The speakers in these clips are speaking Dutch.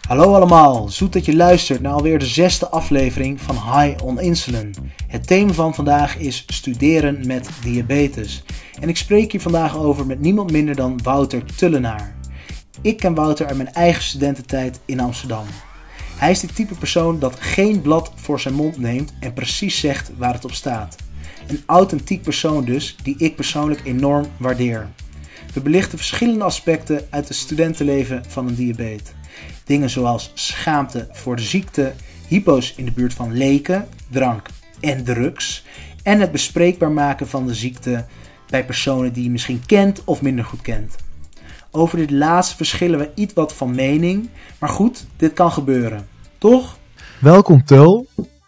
Hallo allemaal, zoet dat je luistert naar alweer de 6e aflevering van High on Insulin. Het thema van vandaag is studeren met diabetes. En ik spreek hier vandaag over met niemand minder dan Wouter Tullenaar. Ik ken Wouter uit mijn eigen studententijd in Amsterdam. Hij is het type persoon dat geen blad voor zijn mond neemt en precies zegt waar het op staat. Een authentiek persoon dus, die ik persoonlijk enorm waardeer. We belichten verschillende aspecten uit het studentenleven van een diabetes. Dingen zoals schaamte voor de ziekte, hypo's in de buurt van leken, drank en drugs. En het bespreekbaar maken van de ziekte bij personen die je misschien kent of minder goed kent. Over dit laatste verschillen we iets wat van mening, maar goed, dit kan gebeuren. Toch? Welkom Tul.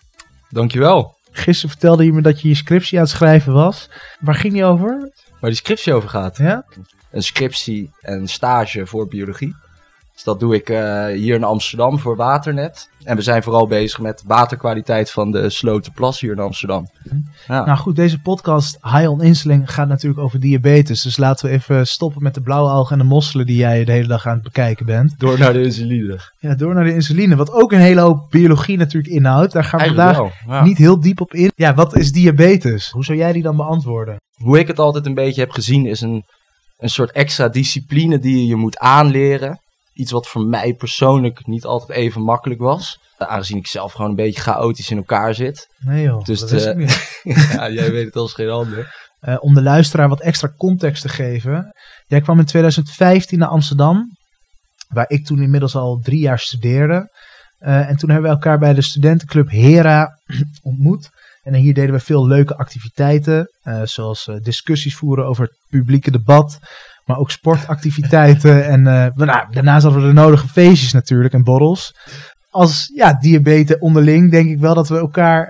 Dankjewel. Gisteren vertelde je me dat je je scriptie aan het schrijven was. Waar ging die over? Waar die scriptie over gaat? Ja? Een scriptie en stage voor biologie. Dus dat doe ik hier in Amsterdam voor Waternet. En we zijn vooral bezig met waterkwaliteit van de Sloterplas hier in Amsterdam. Ja. Nou goed, deze podcast High on Insulin gaat natuurlijk over diabetes. Dus laten we even stoppen met de blauwe algen en de mosselen die jij de hele dag aan het bekijken bent. Door naar de insuline. Ja, door naar de insuline. Wat ook een hele hoop biologie natuurlijk inhoudt. Daar gaan we vandaag niet heel diep op in. Ja, wat is diabetes? Hoe zou jij die dan beantwoorden? Hoe ik het altijd een beetje heb gezien is een soort extra discipline die je moet aanleren. Iets wat voor mij persoonlijk niet altijd even makkelijk was. Aangezien ik zelf gewoon een beetje chaotisch in elkaar zit. Nee joh, dus dat wist ik niet. Ja, jij weet het als geen ander. Om de luisteraar wat extra context te geven. Jij kwam in 2015 naar Amsterdam. Waar ik toen inmiddels al 3 jaar studeerde. En toen hebben we elkaar bij de studentenclub Hera ontmoet. En hier deden we veel leuke activiteiten. Zoals discussies voeren over het publieke debat. Maar ook sportactiviteiten. En daarnaast hadden we de nodige feestjes natuurlijk en borrels. Als diabetes onderling denk ik wel dat we elkaar...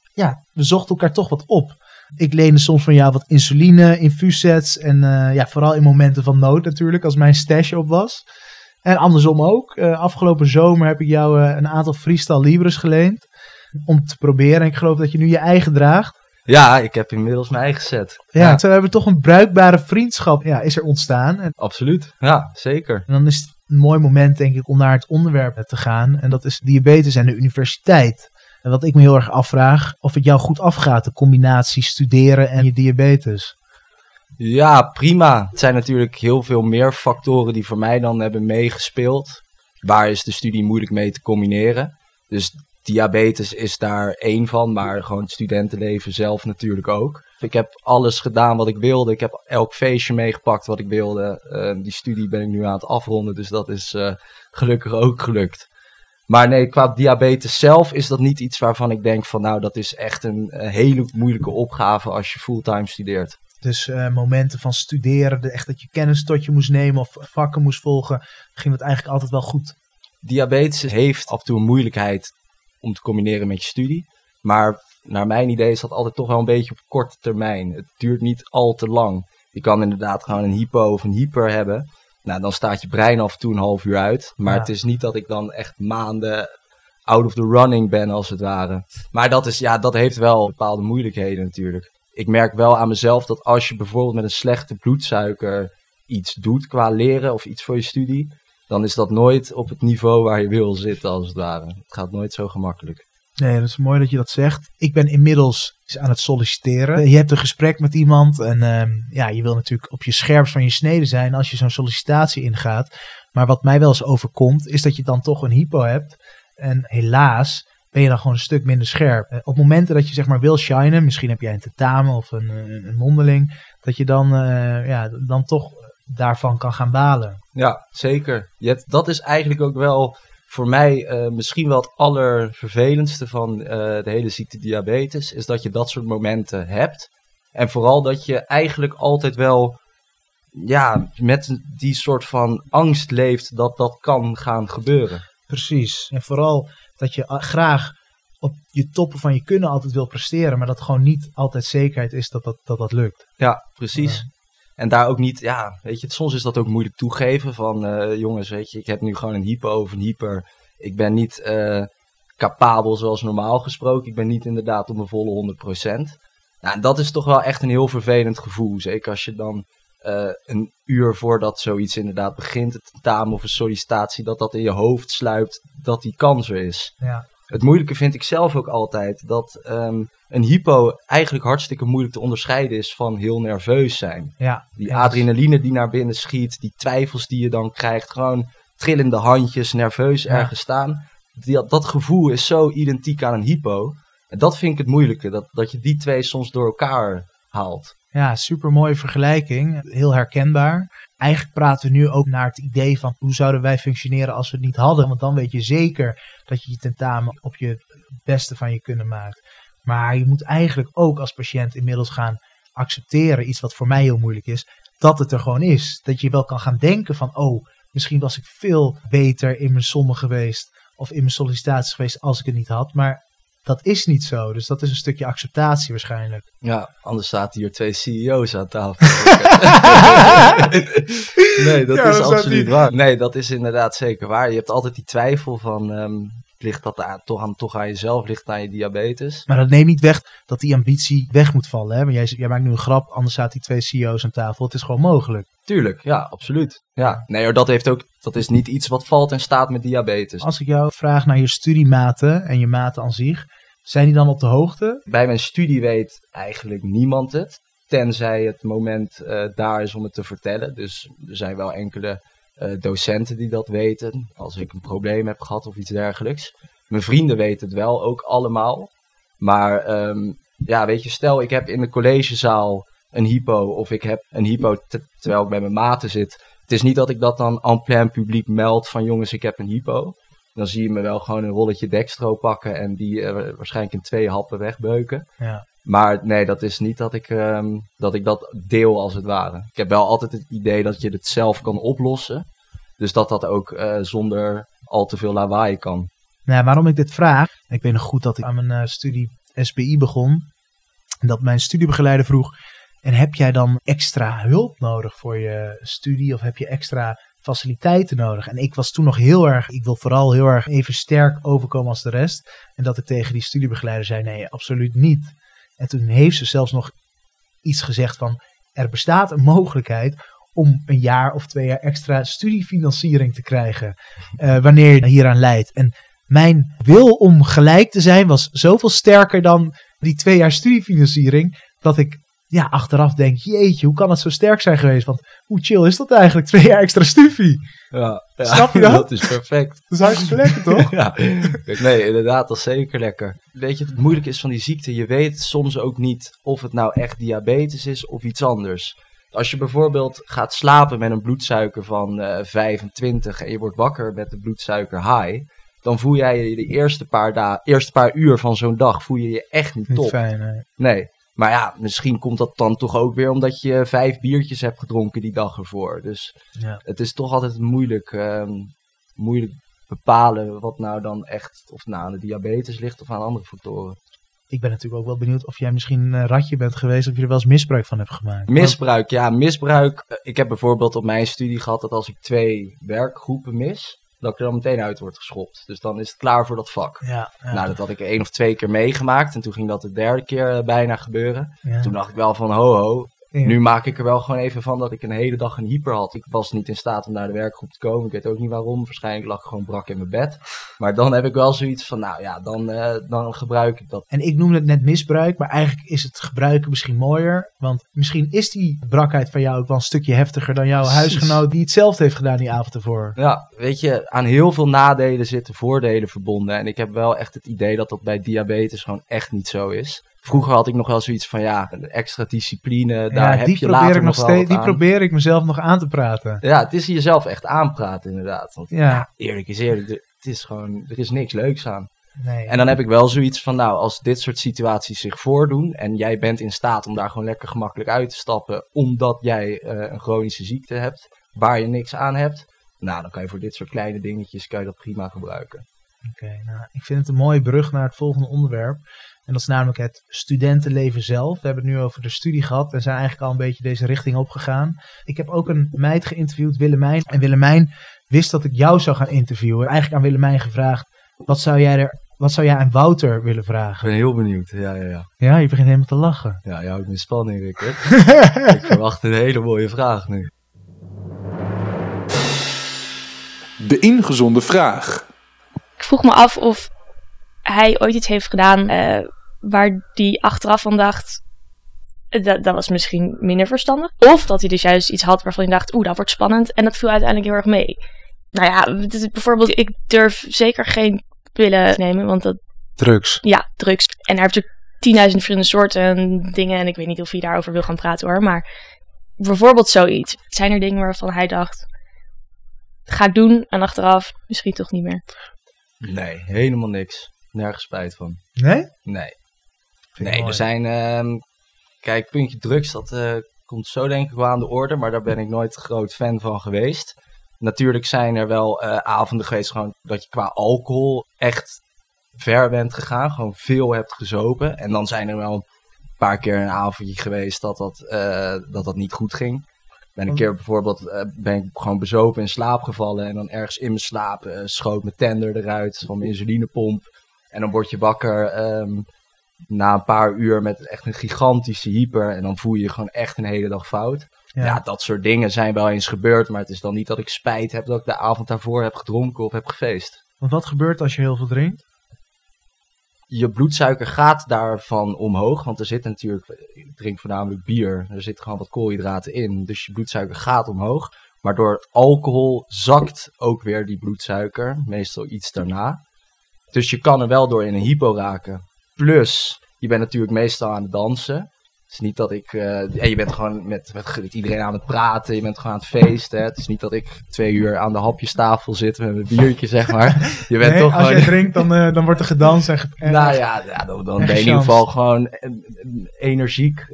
we zochten elkaar toch wat op. Ik leende soms van jou wat insuline, infuussets. En vooral in momenten van nood natuurlijk. Als mijn stash op was. En andersom ook. Afgelopen zomer heb ik jou een aantal freestyle libres geleend. Om te proberen. En ik geloof dat je nu je eigen draagt. Ja, ik heb inmiddels mijn eigen set. Ja, we hebben toch een bruikbare vriendschap is er ontstaan. Absoluut, ja, zeker. En dan is het een mooi moment, denk ik, om naar het onderwerp te gaan. En dat is diabetes en de universiteit. En wat ik me heel erg afvraag, of het jou goed afgaat, de combinatie studeren en je diabetes. Ja, prima. Het zijn natuurlijk heel veel meer factoren die voor mij dan hebben meegespeeld. Waar is de studie moeilijk mee te combineren? Dus diabetes is daar één van, maar gewoon het studentenleven zelf natuurlijk ook. Ik heb alles gedaan wat ik wilde. Ik heb elk feestje meegepakt wat ik wilde. Die studie ben ik nu aan het afronden, dus dat is gelukkig ook gelukt. Maar nee, qua diabetes zelf is dat niet iets waarvan ik denk van nou, dat is echt een hele moeilijke opgave als je fulltime studeert. Dus momenten van studeren, echt dat je kennis tot je moest nemen of vakken moest volgen, ging het eigenlijk altijd wel goed. Diabetes heeft af en toe een moeilijkheid om te combineren met je studie. Maar naar mijn idee is dat altijd toch wel een beetje op korte termijn. Het duurt niet al te lang. Je kan inderdaad gewoon een hypo of een hyper hebben. Nou, dan staat je brein af en toe een half uur uit. Maar het is niet dat ik dan echt maanden out of the running ben als het ware. Maar dat heeft wel bepaalde moeilijkheden natuurlijk. Ik merk wel aan mezelf dat als je bijvoorbeeld met een slechte bloedsuiker iets doet qua leren of iets voor je studie, dan is dat nooit op het niveau waar je wil zitten als het ware. Het gaat nooit zo gemakkelijk. Nee, dat is mooi dat je dat zegt. Ik ben inmiddels aan het solliciteren. Je hebt een gesprek met iemand en je wil natuurlijk op je scherpst van je snede zijn als je zo'n sollicitatie ingaat. Maar wat mij wel eens overkomt, is dat je dan toch een hypo hebt. En helaas ben je dan gewoon een stuk minder scherp. Op momenten dat je zeg maar wil shinen, misschien heb jij een tentamen of een mondeling, dat je dan toch daarvan kan gaan balen. Ja, zeker. Dat is eigenlijk ook wel voor mij misschien wel het allervervelendste van de hele ziekte diabetes, is dat je dat soort momenten hebt. En vooral dat je eigenlijk altijd wel met die soort van angst leeft dat dat kan gaan gebeuren. Precies. En vooral dat je graag op je toppen van je kunnen altijd wil presteren, maar dat gewoon niet altijd zekerheid is dat lukt. Ja, precies. En daar ook niet, soms is dat ook moeilijk toegeven van jongens, ik heb nu gewoon een hypo of een hyper. Ik ben niet capabel zoals normaal gesproken. Ik ben niet inderdaad op mijn volle 100%. Nou, dat is toch wel echt een heel vervelend gevoel. Zeker als je dan een uur voordat zoiets inderdaad begint, het tentamen of een sollicitatie, dat in je hoofd sluipt dat die kans er is. Ja. Het moeilijke vind ik zelf ook altijd dat een hypo eigenlijk hartstikke moeilijk te onderscheiden is van heel nerveus zijn. Ja. Die adrenaline die naar binnen schiet, die twijfels die je dan krijgt, gewoon trillende handjes, nerveus ergens staan. Dat gevoel is zo identiek aan een hypo. En dat vind ik het moeilijke, dat je die twee soms door elkaar haalt. Ja, super mooie vergelijking. Heel herkenbaar. Eigenlijk praten we nu ook naar het idee van hoe zouden wij functioneren als we het niet hadden. Want dan weet je zeker dat je je tentamen op je beste van je kunnen maakt. Maar je moet eigenlijk ook als patiënt inmiddels gaan accepteren, iets wat voor mij heel moeilijk is, dat het er gewoon is. Dat je wel kan gaan denken van, misschien was ik veel beter in mijn sommen geweest of in mijn sollicitaties geweest als ik het niet had. Maar dat is niet zo. Dus dat is een stukje acceptatie waarschijnlijk. Ja, anders zaten hier 2 CEO's aan tafel. Nee, dat is absoluut waar. Nee, dat is inderdaad zeker waar. Je hebt altijd die twijfel van, ligt dat toch aan jezelf, ligt het aan je diabetes? Maar dat neemt niet weg dat die ambitie weg moet vallen. Hè? Want jij maakt nu een grap, anders zaten die 2 CEO's aan tafel. Het is gewoon mogelijk. Tuurlijk, ja, absoluut. Ja. Nee, hoor, dat is niet iets wat valt en staat met diabetes. Als ik jou vraag naar je studiematen en je maten aan zich, zijn die dan op de hoogte? Bij mijn studie weet eigenlijk niemand het. Tenzij het moment daar is om het te vertellen. Dus er zijn wel enkele docenten die dat weten. Als ik een probleem heb gehad of iets dergelijks. Mijn vrienden weten het wel ook allemaal. Maar weet je, stel ik heb in de collegezaal een hypo. Of ik heb een hypo terwijl ik bij mijn maten zit. Het is niet dat ik dat dan en plein publiek meld van jongens, ik heb een hypo. Dan zie je me wel gewoon een rolletje Dextro pakken en die waarschijnlijk in 2 happen wegbeuken. Ja. Maar nee, dat is niet dat ik dat deel als het ware. Ik heb wel altijd het idee dat je het zelf kan oplossen. Dus dat ook zonder al te veel lawaai kan. Nou, waarom ik dit vraag? Ik weet nog goed dat ik aan mijn studie SPI begon. En dat mijn studiebegeleider vroeg, en heb jij dan extra hulp nodig voor je studie? Of heb je extra faciliteiten nodig? En ik was toen nog ik wil vooral heel erg even sterk overkomen als de rest. En dat ik tegen die studiebegeleider zei, nee, absoluut niet. En toen heeft ze zelfs nog iets gezegd van, er bestaat een mogelijkheid om 1 jaar of 2 jaar extra studiefinanciering te krijgen. Wanneer je hieraan leidt. En mijn wil om gelijk te zijn was zoveel sterker dan die 2 jaar studiefinanciering, dat ik achteraf denk, jeetje, hoe kan het zo sterk zijn geweest? Want hoe chill is dat eigenlijk? 2 jaar extra studie. Ja, snap je dat? Dat is perfect. Dat is hartstikke lekker, toch? Ja. Nee, inderdaad, dat is zeker lekker. Weet je, het moeilijke is van die ziekte, je weet soms ook niet of het nou echt diabetes is of iets anders. Als je bijvoorbeeld gaat slapen met een bloedsuiker van 25 en je wordt wakker met de bloedsuiker high, dan voel jij je de eerste paar uur van zo'n dag voel je je echt niet top. Niet fijn, hè? Nee. Maar ja, misschien komt dat dan toch ook weer omdat je 5 biertjes hebt gedronken die dag ervoor. Dus het is toch altijd moeilijk bepalen wat nou dan echt of aan de diabetes ligt of aan andere factoren. Ik ben natuurlijk ook wel benieuwd of jij misschien een ratje bent geweest of je er wel eens misbruik van hebt gemaakt. Misbruik. Ik heb bijvoorbeeld op mijn studie gehad dat als ik 2 werkgroepen mis, dat ik er dan meteen uit word geschopt. Dus dan is het klaar voor dat vak. Ja. Nou, dat had ik 1 of 2 keer meegemaakt. En toen ging dat de 3e keer bijna gebeuren. Ja. Toen dacht ik wel van ho. Ja. Nu maak ik er wel gewoon even van dat ik een hele dag een hyper had. Ik was niet in staat om naar de werkgroep te komen. Ik weet ook niet waarom. Waarschijnlijk lag ik gewoon brak in mijn bed. Maar dan heb ik wel zoiets van, dan gebruik ik dat. En ik noemde het net misbruik, maar eigenlijk is het gebruiken misschien mooier. Want misschien is die brakheid van jou ook wel een stukje heftiger dan jouw huisgenoot die hetzelfde heeft gedaan die avond ervoor. Ja, weet je, aan heel veel nadelen zitten voordelen verbonden. En ik heb wel echt het idee dat bij diabetes gewoon echt niet zo is. Vroeger had ik nog wel zoiets van, extra discipline, daar heb je later nog wel wat aan. Die probeer ik mezelf nog aan te praten. Ja, het is jezelf echt aanpraten inderdaad. Want eerlijk is eerlijk, het is gewoon, er is niks leuks aan. Nee, en dan heb ik wel zoiets van, als dit soort situaties zich voordoen en jij bent in staat om daar gewoon lekker gemakkelijk uit te stappen, omdat jij een chronische ziekte hebt, waar je niks aan hebt, dan kan je voor dit soort kleine dingetjes dat prima gebruiken. Oké, ik vind het een mooie brug naar het volgende onderwerp. En dat is namelijk het studentenleven zelf. We hebben het nu over de studie gehad en zijn eigenlijk al een beetje deze richting opgegaan. Ik heb ook een meid geïnterviewd, Willemijn. En Willemijn wist dat ik jou zou gaan interviewen. Eigenlijk aan Willemijn gevraagd, wat Wat zou jij aan Wouter willen Ik vragen? ben heel benieuwd. Ja. Ja, je begint helemaal te lachen. Ja, je houdt me in spanning, Rickert. Ik verwacht een hele mooie vraag nu. De ingezonde vraag. Ik vroeg me af of hij ooit iets heeft gedaan waar hij achteraf van dacht, dat was misschien minder verstandig. Of dat hij dus juist iets had waarvan hij dacht, dat wordt spannend. En dat viel uiteindelijk heel erg mee. Nou ja, het is bijvoorbeeld, ik durf zeker geen pillen te nemen, want dat... Drugs. Ja, drugs. En daar heb je 10.000 verschillende soorten en dingen. En ik weet niet of hij daarover wil gaan praten hoor. Maar bijvoorbeeld zoiets. Zijn er dingen waarvan hij dacht, ga ik doen en achteraf misschien toch niet meer? Nee, helemaal niks. Nergens spijt van. Nee? Nee. Vind ik Nee, mooi. er zijn... kijk, puntje drugs, dat komt zo denk ik wel aan de orde. Maar daar ben ik nooit groot fan van geweest. Natuurlijk zijn er wel avonden geweest gewoon dat je qua alcohol echt ver bent gegaan. Gewoon veel hebt gezopen. En dan zijn er wel een paar keer een avondje geweest dat niet goed ging. Ben een keer bijvoorbeeld ben ik gewoon bezopen in slaap gevallen. En dan ergens in mijn slaap schoot mijn tender eruit van mijn insulinepomp. En dan word je wakker na een paar uur met echt een gigantische hyper. En dan voel je je gewoon echt een hele dag fout. Ja, dat soort dingen zijn wel eens gebeurd. Maar het is dan niet dat ik spijt heb dat ik de avond daarvoor heb gedronken of heb gefeest. Want wat gebeurt als je heel veel drinkt? Je bloedsuiker gaat daarvan omhoog. Want er zit natuurlijk, ik drink voornamelijk bier. Er zit gewoon wat koolhydraten in. Dus je bloedsuiker gaat omhoog. Maar door het alcohol zakt ook weer die bloedsuiker. Meestal iets daarna. Dus je kan er wel door in een hypo raken. Plus, je bent natuurlijk meestal aan het dansen. Het is niet dat ik... en je bent gewoon met iedereen aan het praten. Je bent gewoon aan het feesten. Hè. Het is niet dat ik 2 uur aan de hapjestafel zit met een biertje, zeg maar. Je bent toch als gewoon... je drinkt, dan wordt er gedanst en Nou ja, dan ben je in ieder geval gewoon energiek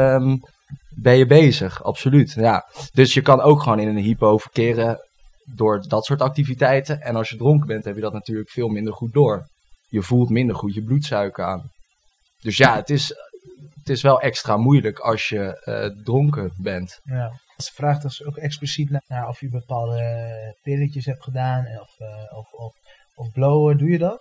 ben je bezig. Absoluut, ja. Dus je kan ook gewoon in een hypo verkeren door dat soort activiteiten. En als je dronken bent, heb je dat natuurlijk veel minder goed door. Je voelt minder goed je bloedsuiker aan. Dus ja, het is wel extra moeilijk als je dronken bent. Ja. Ze vraagt dus ook expliciet naar of je bepaalde pilletjes hebt gedaan of blowen. Doe je dat?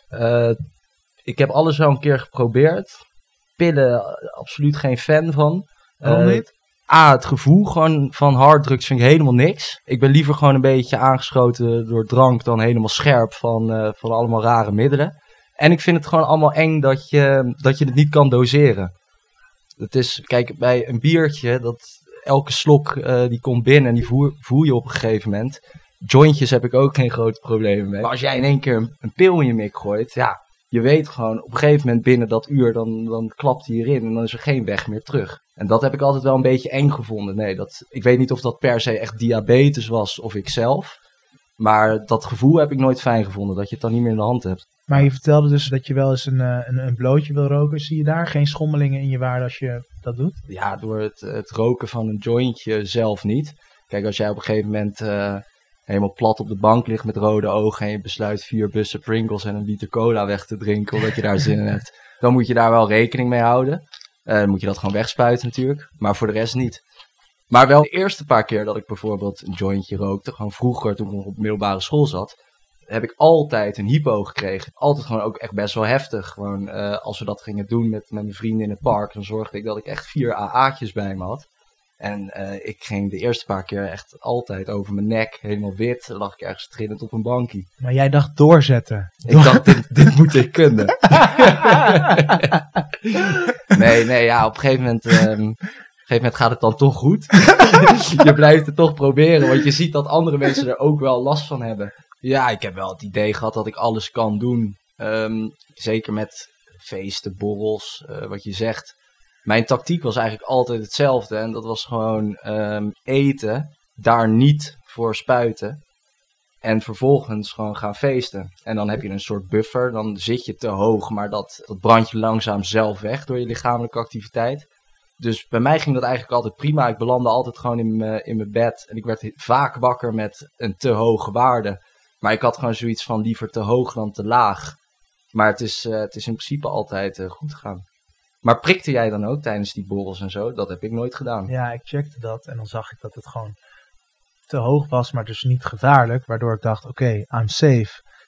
Ik heb alles wel een keer geprobeerd. Pillen, absoluut geen fan van. Waarom niet? Het gevoel gewoon van harddrugs vind ik helemaal niks. Ik ben liever gewoon een beetje aangeschoten door drank dan helemaal scherp van allemaal rare middelen. En ik vind het gewoon allemaal eng dat je het niet kan doseren. Het is, kijk, bij een biertje, elke slok die komt binnen en die voel je op een gegeven moment. Jointjes heb ik ook geen grote problemen mee. Maar als jij in één keer een pil in je mik gooit, ja, je weet gewoon op een gegeven moment binnen dat uur, dan klapt hij erin en dan is er geen weg meer terug. En dat heb ik altijd wel een beetje eng gevonden. Nee, ik weet niet of dat per se echt diabetes was of ikzelf. Maar dat gevoel heb ik nooit fijn gevonden, dat je het dan niet meer in de hand hebt. Maar je vertelde dus dat je wel eens een blootje wil roken. Zie je daar geen schommelingen in je waarde als je dat doet? Ja, door het roken van een jointje zelf niet. Kijk, als jij op een gegeven moment helemaal plat op de bank ligt met rode ogen en je besluit 4 bussen Pringles en een liter cola weg te drinken omdat je daar zin in hebt, dan moet je daar wel rekening mee houden. Dan moet je dat gewoon wegspuiten natuurlijk, maar voor de rest niet. Maar wel de eerste paar keer dat ik bijvoorbeeld een jointje rookte, gewoon vroeger toen ik nog op middelbare school zat, heb ik altijd een hypo gekregen. Altijd gewoon ook echt best wel heftig. Gewoon als we dat gingen doen met mijn vrienden in het park, dan zorgde ik dat ik echt 4 AA'tjes bij me had. En ik ging de eerste paar keer echt altijd over mijn nek, helemaal wit. Dan lag ik ergens trillend op een bankie. Maar jij dacht doorzetten. Ik dacht, dit moet ik kunnen. Nee, ja, op een gegeven moment gaat het dan toch goed. Je blijft het toch proberen, want je ziet dat andere mensen er ook wel last van hebben. Ja, ik heb wel het idee gehad dat ik alles kan doen. Zeker met feesten, borrels, wat je zegt. Mijn tactiek was eigenlijk altijd hetzelfde. En dat was gewoon eten, daar niet voor spuiten. En vervolgens gewoon gaan feesten. En dan heb je een soort buffer. Dan zit je te hoog, maar dat brandt je langzaam zelf weg door je lichamelijke activiteit. Dus bij mij ging dat eigenlijk altijd prima. Ik belandde altijd gewoon in mijn bed. En ik werd vaak wakker met een te hoge waarde. Maar ik had gewoon zoiets van liever te hoog dan te laag. Maar het is in principe altijd goed gegaan. Maar prikte jij dan ook tijdens die borrels en zo? Dat heb ik nooit gedaan. Ja, ik checkte dat en dan zag ik dat het gewoon te hoog was, maar dus niet gevaarlijk. Waardoor ik dacht, oké, I'm safe.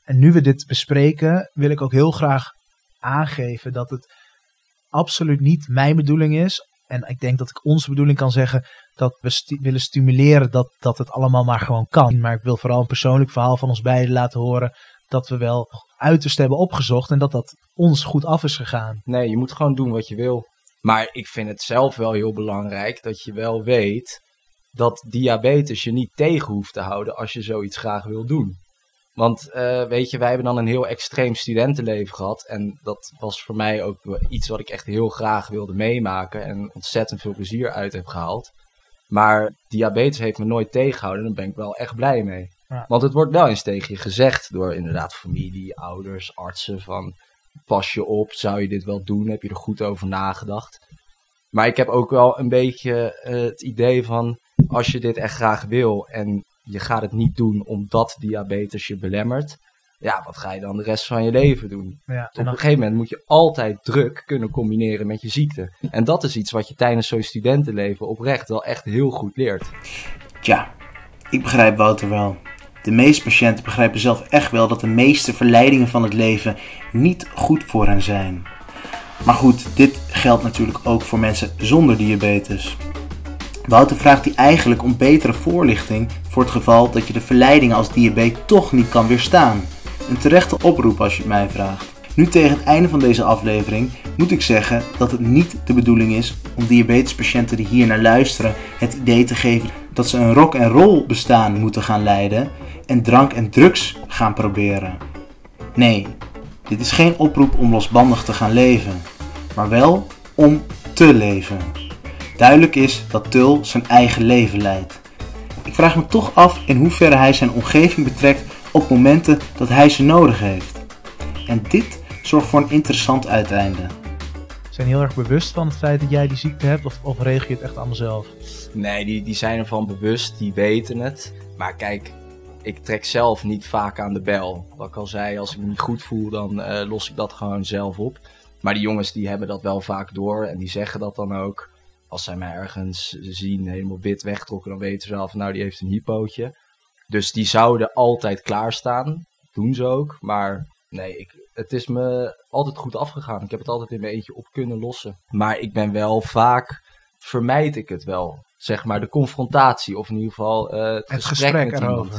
En nu we dit bespreken, wil ik ook heel graag aangeven dat het absoluut niet mijn bedoeling is. En ik denk dat ik onze bedoeling kan zeggen dat we willen stimuleren dat het allemaal maar gewoon kan. Maar ik wil vooral een persoonlijk verhaal van ons beiden laten horen dat we wel uiterst hebben opgezocht en dat ons goed af is gegaan. Nee, je moet gewoon doen wat je wil. Maar ik vind het zelf wel heel belangrijk dat je wel weet dat diabetes je niet tegen hoeft te houden als je zoiets graag wil doen. Want weet je, wij hebben dan een heel extreem studentenleven gehad. En dat was voor mij ook iets wat ik echt heel graag wilde meemaken. En ontzettend veel plezier uit heb gehaald. Maar diabetes heeft me nooit tegengehouden. En daar ben ik wel echt blij mee. Ja. Want het wordt wel eens tegen je gezegd door inderdaad familie, ouders, artsen. Van pas je op, zou je dit wel doen? Heb je er goed over nagedacht? Maar ik heb ook wel een beetje het idee van als je dit echt graag wil en je gaat het niet doen omdat diabetes je belemmert. Ja, wat ga je dan de rest van je leven doen? Ja, Op een gegeven moment moet je altijd druk kunnen combineren met je ziekte. En dat is iets wat je tijdens zo'n studentenleven oprecht wel echt heel goed leert. Tja, ik begrijp Wouter wel. De meeste patiënten begrijpen zelf echt wel dat de meeste verleidingen van het leven niet goed voor hen zijn. Maar goed, dit geldt natuurlijk ook voor mensen zonder diabetes. Wouter vraagt hier eigenlijk om betere voorlichting voor het geval dat je de verleidingen als diabetes toch niet kan weerstaan. Een terechte oproep als je het mij vraagt. Nu tegen het einde van deze aflevering moet ik zeggen dat het niet de bedoeling is om diabetespatiënten die hier naar luisteren het idee te geven dat ze een rock and roll bestaan moeten gaan leiden en drank en drugs gaan proberen. Nee, dit is geen oproep om losbandig te gaan leven, maar wel om te leven. Duidelijk is dat Tul zijn eigen leven leidt. Ik vraag me toch af in hoeverre hij zijn omgeving betrekt op momenten dat hij ze nodig heeft. En dit zorgt voor een interessant uiteinde. Zijn heel erg bewust van het feit dat jij die ziekte hebt of regel je het echt allemaal zelf? Nee, die zijn ervan bewust, die weten het. Maar kijk, ik trek zelf niet vaak aan de bel. Wat ik al zei, als ik me niet goed voel, dan los ik dat gewoon zelf op. Maar die jongens die hebben dat wel vaak door en die zeggen dat dan ook. Als zij mij ergens zien, helemaal wit wegtrokken, dan weten ze al van nou, die heeft een hypootje. Dus die zouden altijd klaarstaan. Doen ze ook. Maar nee, het is me altijd goed afgegaan. Ik heb het altijd in mijn eentje op kunnen lossen. Maar ik ben wel vaak, vermijd ik het wel. Zeg maar de confrontatie of in ieder geval het gesprek met iemand.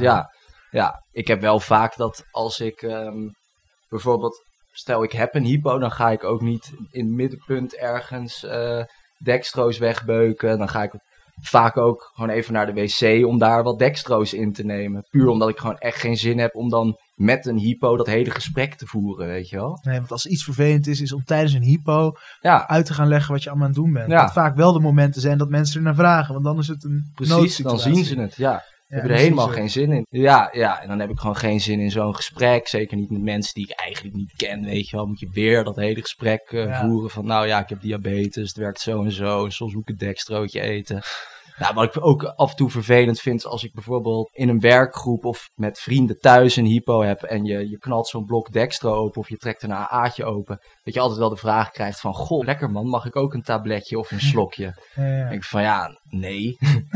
Ja, ik heb wel vaak dat als ik bijvoorbeeld, stel ik heb een hypo, dan ga ik ook niet in het middenpunt ergens dextro's wegbeuken. Dan ga ik vaak ook gewoon even naar de wc om daar wat dextro's in te nemen. Puur omdat ik gewoon echt geen zin heb om dan met een hypo dat hele gesprek te voeren, weet je wel. Nee, want als iets vervelend is om tijdens een hypo uit te gaan leggen wat je allemaal aan het doen bent. Ja. Dat vaak wel de momenten zijn dat mensen er naar vragen, want dan is het een noodsituatie. Dan zien ze het, ja. Heb je er helemaal geen zin in. Ja, en dan heb ik gewoon geen zin in zo'n gesprek. Zeker niet met mensen die ik eigenlijk niet ken, weet je wel. Moet je weer dat hele gesprek voeren van, nou ja, ik heb diabetes, het werkt zo en zo. En soms moet ik een dekstrootje eten. Nou, wat ik ook af en toe vervelend vind, als ik bijvoorbeeld in een werkgroep of met vrienden thuis een hypo heb en je knalt zo'n blok dextro open of je trekt een AA'tje open, dat je altijd wel de vraag krijgt van, goh, lekker man, mag ik ook een tabletje of een slokje? Ja. Dan denk ik van, ja, nee,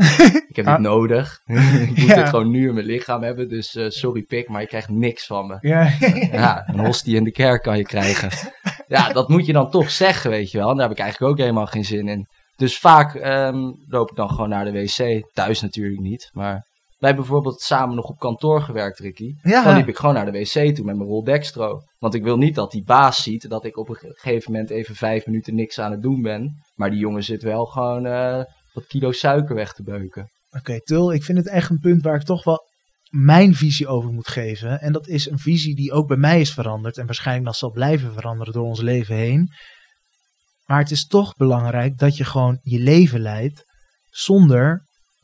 ik heb dit nodig. Ik moet het gewoon nu in mijn lichaam hebben, dus sorry pik, maar je krijgt niks van me. Ja, een hostie in de kerk kan je krijgen. Ja, dat moet je dan toch zeggen, weet je wel. En daar heb ik eigenlijk ook helemaal geen zin in. Dus vaak loop ik dan gewoon naar de wc. Thuis natuurlijk niet. Maar wij hebben bijvoorbeeld samen nog op kantoor gewerkt, Ricky. Ja. Dan liep ik gewoon naar de wc toe met mijn rol dextro. Want ik wil niet dat die baas ziet dat ik op een gegeven moment even 5 minuten niks aan het doen ben. Maar die jongen zit wel gewoon wat kilo suiker weg te beuken. Oké, Tul, ik vind het echt een punt waar ik toch wel mijn visie over moet geven. En dat is een visie die ook bij mij is veranderd. En waarschijnlijk nog zal blijven veranderen door ons leven heen. Maar het is toch belangrijk dat je gewoon je leven leidt zonder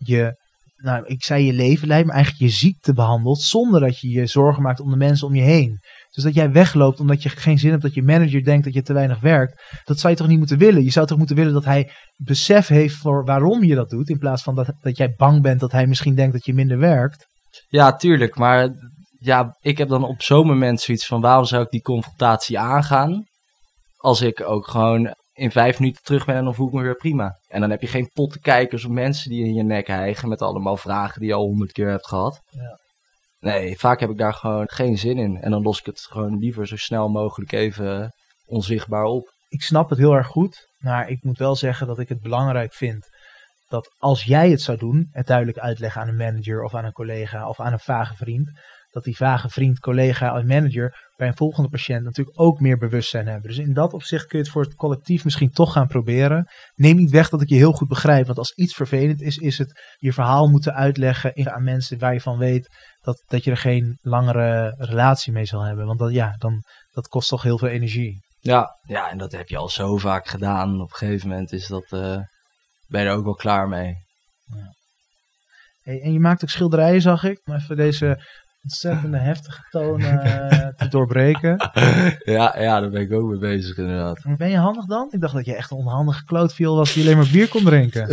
ik zei je leven leidt, maar eigenlijk je ziekte behandelt zonder dat je je zorgen maakt om de mensen om je heen. Dus dat jij wegloopt omdat je geen zin hebt, dat je manager denkt dat je te weinig werkt. Dat zou je toch niet moeten willen? Je zou toch moeten willen dat hij besef heeft voor waarom je dat doet, in plaats van dat jij bang bent dat hij misschien denkt dat je minder werkt. Ja, tuurlijk, maar ja, ik heb dan op zo'n moment zoiets van, waarom zou ik die confrontatie aangaan? Als ik ook gewoon in 5 minuten terug ben en dan voel ik me weer prima. En dan heb je geen pottenkijkers of mensen die in je nek hijgen met allemaal vragen die je al 100 keer hebt gehad. Ja. Nee, vaak heb ik daar gewoon geen zin in. En dan los ik het gewoon liever zo snel mogelijk even onzichtbaar op. Ik snap het heel erg goed, maar ik moet wel zeggen dat ik het belangrijk vind dat als jij het zou doen, het duidelijk uitleggen aan een manager of aan een collega of aan een vage vriend, dat die vage vriend, collega en manager bij een volgende patiënt natuurlijk ook meer bewustzijn hebben. Dus in dat opzicht kun je het voor het collectief misschien toch gaan proberen. Neem niet weg dat ik je heel goed begrijp, want als iets vervelend is het je verhaal moeten uitleggen aan mensen waar je van weet dat je er geen langere relatie mee zal hebben. Want dat kost toch heel veel energie. Ja, en dat heb je al zo vaak gedaan. Op een gegeven moment ben je er ook wel klaar mee. Ja. Hey, en je maakt ook schilderijen, zag ik. Om even deze ontzettende heftige tonen te doorbreken. Ja, daar ben ik ook mee bezig inderdaad. Maar ben je handig dan? Ik dacht dat je echt een onhandige klootviool was die alleen maar bier kon drinken.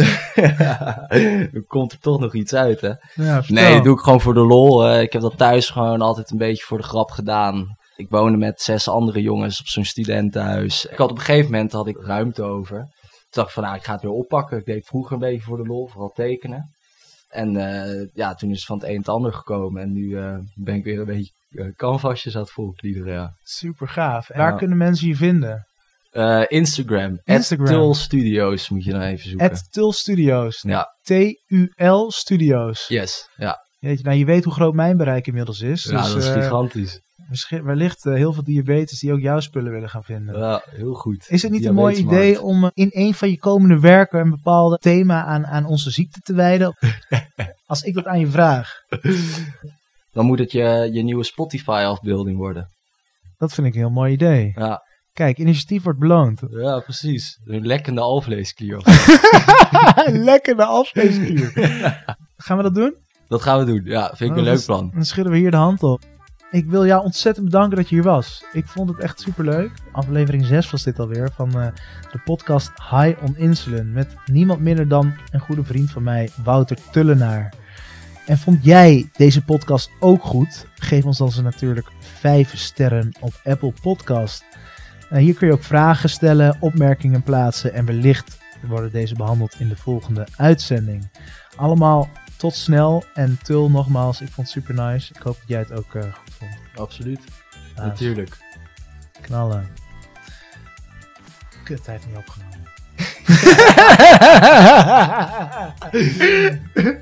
Dan komt er toch nog iets uit, hè? Ja, nee, dat doe ik gewoon voor de lol. Ik heb dat thuis gewoon altijd een beetje voor de grap gedaan. Ik woonde met 6 andere jongens op zo'n studentenhuis. Op een gegeven moment had ik ruimte over. Toen dacht ik van, ik ga het weer oppakken. Ik deed vroeger een beetje voor de lol, vooral tekenen. En toen is het van het een het ander gekomen. En nu ben ik weer een beetje canvasjes aan het volkliederen, ja. Super gaaf. En waar kunnen mensen je vinden? Instagram. @tulstudios moet je dan even zoeken. @tulstudios. Ja. TUL Studios. Yes, ja. Jeetje, je weet hoe groot mijn bereik inmiddels is. Ja, dus, dat is gigantisch. Wellicht heel veel diabetes die ook jouw spullen willen gaan vinden. Ja, heel goed. Is het niet een mooi idee om in een van je komende werken een bepaald thema aan onze ziekte te wijden? Als ik dat aan je vraag. Dan moet het je nieuwe Spotify-afbeelding worden. Dat vind ik een heel mooi idee. Ja. Kijk, initiatief wordt beloond. Ja, precies. Een lekkende alvleesklier. Een lekkende alvleesklier. Gaan we dat doen? Dat gaan we doen. Ja, vind ik een leuk plan. Dan schudden we hier de hand op. Ik wil jou ontzettend bedanken dat je hier was. Ik vond het echt superleuk. Aflevering 6 was dit alweer van de podcast High on Insulin. Met niemand minder dan een goede vriend van mij, Wouter Tullenaar. En vond jij deze podcast ook goed? Geef ons dan natuurlijk 5 sterren op Apple Podcast. Hier kun je ook vragen stellen, opmerkingen plaatsen. En wellicht worden deze behandeld in de volgende uitzending. Allemaal tot snel. En Tul, nogmaals, ik vond het super nice. Ik hoop dat jij het ook goed vond. Absoluut. Natuurlijk. Knallen. Kut, hij heeft niet opgenomen.